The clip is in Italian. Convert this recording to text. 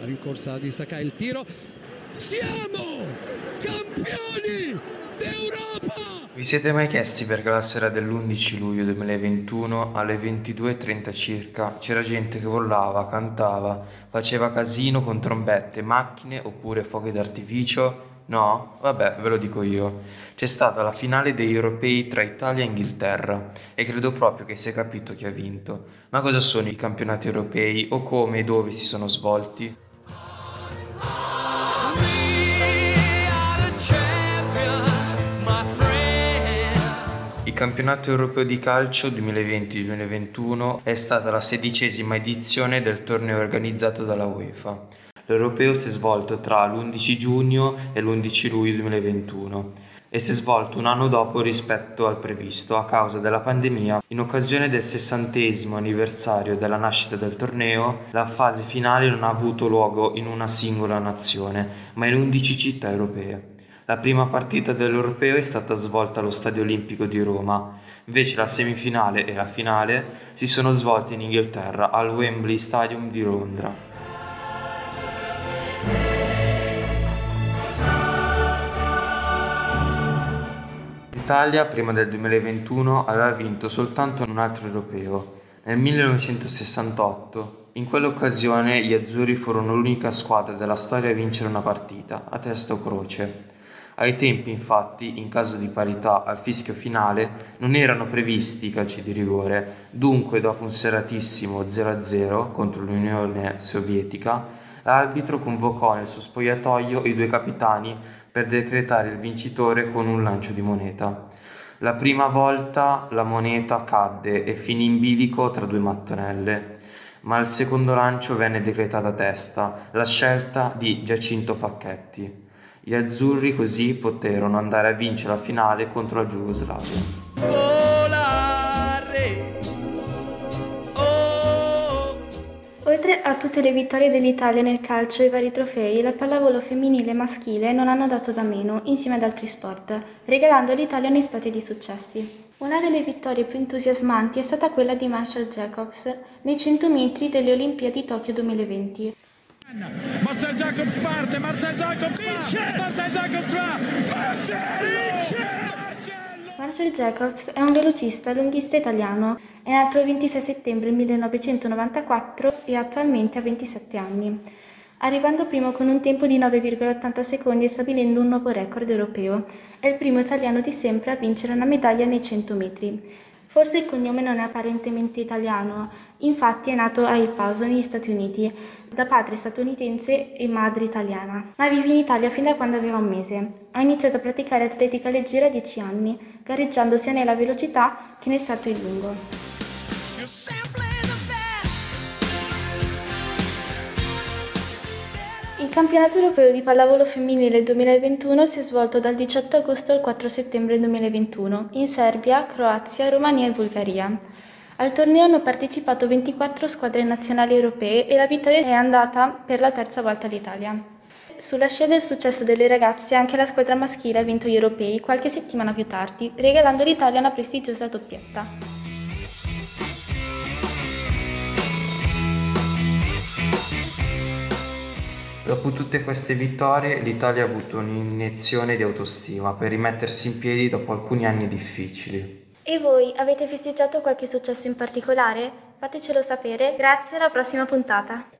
rincorsa di Sakai, il tiro. Siamo campioni d'Europa! Vi siete mai chiesti perché la sera dell'11 luglio 2021 alle 22:30 circa c'era gente che volava, cantava, faceva casino con trombette, macchine oppure fuochi d'artificio? No? Vabbè, ve lo dico io. C'è stata la finale degli europei tra Italia e Inghilterra e credo proprio che si è capito chi ha vinto. Ma cosa sono i campionati europei o come e dove si sono svolti? Il campionato europeo di calcio 2020-2021 è stata la 16ª edizione del torneo organizzato dalla UEFA. L'europeo si è svolto tra l'11 giugno e l'11 luglio 2021 e si è svolto un anno dopo rispetto al previsto a causa della pandemia. In occasione del 60° anniversario della nascita del torneo, la fase finale non ha avuto luogo in una singola nazione, ma in 11 città europee. La prima partita dell'Europeo è stata svolta allo Stadio Olimpico di Roma, invece la semifinale e la finale si sono svolte in Inghilterra al Wembley Stadium di Londra. L'Italia, prima del 2021, aveva vinto soltanto un altro europeo, nel 1968. In quell'occasione gli azzurri furono l'unica squadra della storia a vincere una partita, a testa o croce. Ai tempi, infatti, in caso di parità al fischio finale, non erano previsti i calci di rigore, dunque dopo un seratissimo 0-0 contro l'Unione Sovietica, l'arbitro convocò nel suo spogliatoio i due capitani per decretare il vincitore con un lancio di moneta. La prima volta la moneta cadde e finì in bilico tra due mattonelle, ma al secondo lancio venne decretata a testa, la scelta di Giacinto Facchetti. Gli azzurri così poterono andare a vincere la finale contro la Jugoslavia. Oltre a tutte le vittorie dell'Italia nel calcio e i vari trofei, la pallavolo femminile e maschile non hanno dato da meno, insieme ad altri sport, regalando all'Italia un'estate di successi. Una delle vittorie più entusiasmanti è stata quella di Marshall Jacobs nei 100 metri delle Olimpiadi Tokyo 2020. Marcel Jacobs parte, Marcel Jacobs vince, Marcel Jacobs va, Marcello! Marshall Jacobs è un velocista lunghista italiano, è nato il 26 settembre 1994 e attualmente ha 27 anni, arrivando primo con un tempo di 9,80 secondi e stabilendo un nuovo record europeo. È il primo italiano di sempre a vincere una medaglia nei 100 metri. Forse il cognome non è apparentemente italiano, infatti è nato a El Paso negli Stati Uniti, da padre statunitense e madre italiana, ma vive in Italia fin da quando aveva un mese. Ha iniziato a praticare atletica leggera a 10 anni, gareggiando sia nella velocità che nel salto in lungo. Il campionato europeo di pallavolo femminile 2021 si è svolto dal 18 agosto al 4 settembre 2021 in Serbia, Croazia, Romania e Bulgaria. Al torneo hanno partecipato 24 squadre nazionali europee e la vittoria è andata per la terza volta all'Italia. Sulla scia del successo delle ragazze, anche la squadra maschile ha vinto gli europei qualche settimana più tardi, regalando all'Italia una prestigiosa doppietta. Dopo tutte queste vittorie, l'Italia ha avuto un'iniezione di autostima per rimettersi in piedi dopo alcuni anni difficili. E voi avete festeggiato qualche successo in particolare? Fatecelo sapere, grazie alla prossima puntata!